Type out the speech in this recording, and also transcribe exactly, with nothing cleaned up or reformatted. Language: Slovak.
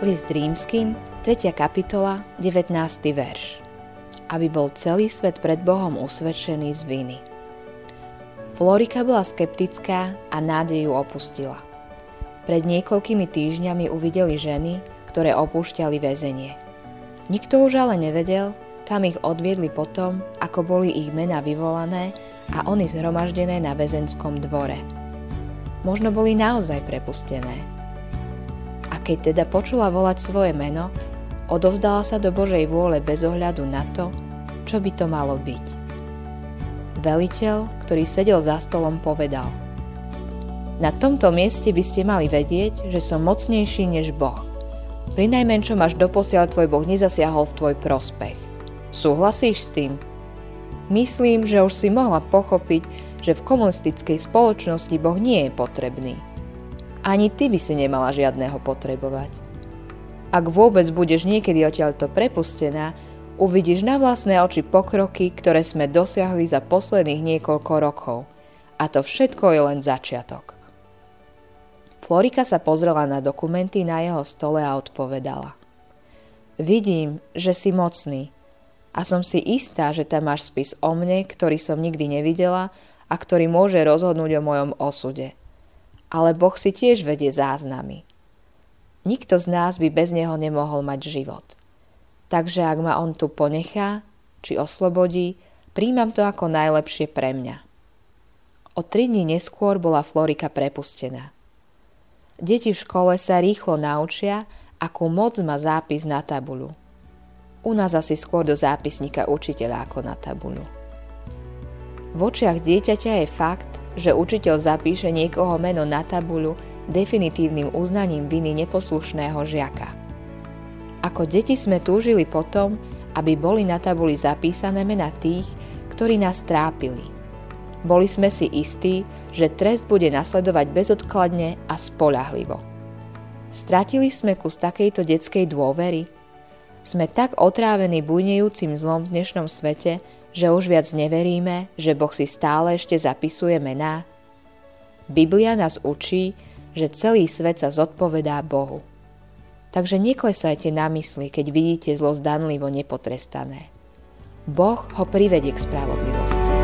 List Rímskym, tretia kapitola, devätnásty verš. Aby bol celý svet pred Bohom usvedčený z viny. Florika bola skeptická a nádej ju opustila. Pred niekoľkými týždňami uvideli ženy, ktoré opúšťali väzenie. Nikto už ale nevedel, kam ich odviedli potom, ako boli ich mená vyvolané a oni zhromaždené na väzenskom dvore. Možno boli naozaj prepustené. A keď teda počula volať svoje meno, odovzdala sa do Božej vôle bez ohľadu na to, čo by to malo byť. Veliteľ, ktorý sedel za stolom, povedal: Na tomto mieste by ste mali vedieť, že som mocnejší než Boh. Prinajmenšom až doposiaľ tvoj Boh nezasiahol v tvoj prospech. Súhlasíš s tým? Myslím, že už si mohla pochopiť, že v komunistickej spoločnosti Boh nie je potrebný. Ani ty by si nemala žiadneho potrebovať. Ak vôbec budeš niekedy odtiaľto prepustená, uvidíš na vlastné oči pokroky, ktoré sme dosiahli za posledných niekoľko rokov. A to všetko je len začiatok. Florika sa pozrela na dokumenty na jeho stole a odpovedala: Vidím, že si mocný a som si istá, že tam máš spis o mne, ktorý som nikdy nevidela a ktorý môže rozhodnúť o mojom osude. Ale Boh si tiež vedie záznamy. Nikto z nás by bez neho nemohol mať život. Takže ak ma on tu ponechá, či oslobodí, príjmam to ako najlepšie pre mňa. O tri dni neskôr bola Florika prepustená. Deti v škole sa rýchlo naučia, akú moc má zápis na tabuľu. U nás asi skôr do zápisníka učiteľa ako na tabuľu. V očiach dieťaťa je fakt, že učiteľ zapíše niekoho meno na tabuľu definitívnym uznaním viny neposlušného žiaka. Ako deti sme túžili potom, aby boli na tabuli zapísané mená tých, ktorí nás trápili. Boli sme si istí, že trest bude nasledovať bezodkladne a spoľahlivo. Stratili sme kus takejto detskej dôvery? Sme tak otrávení bujnejúcim zlom v dnešnom svete, že už viac neveríme, že Boh si stále ešte zapisuje mená? Biblia nás učí, že celý svet sa zodpovedá Bohu. Takže neklesajte na mysli, keď vidíte zlo zdanlivo nepotrestané. Boh ho privedie k spravodlivosti.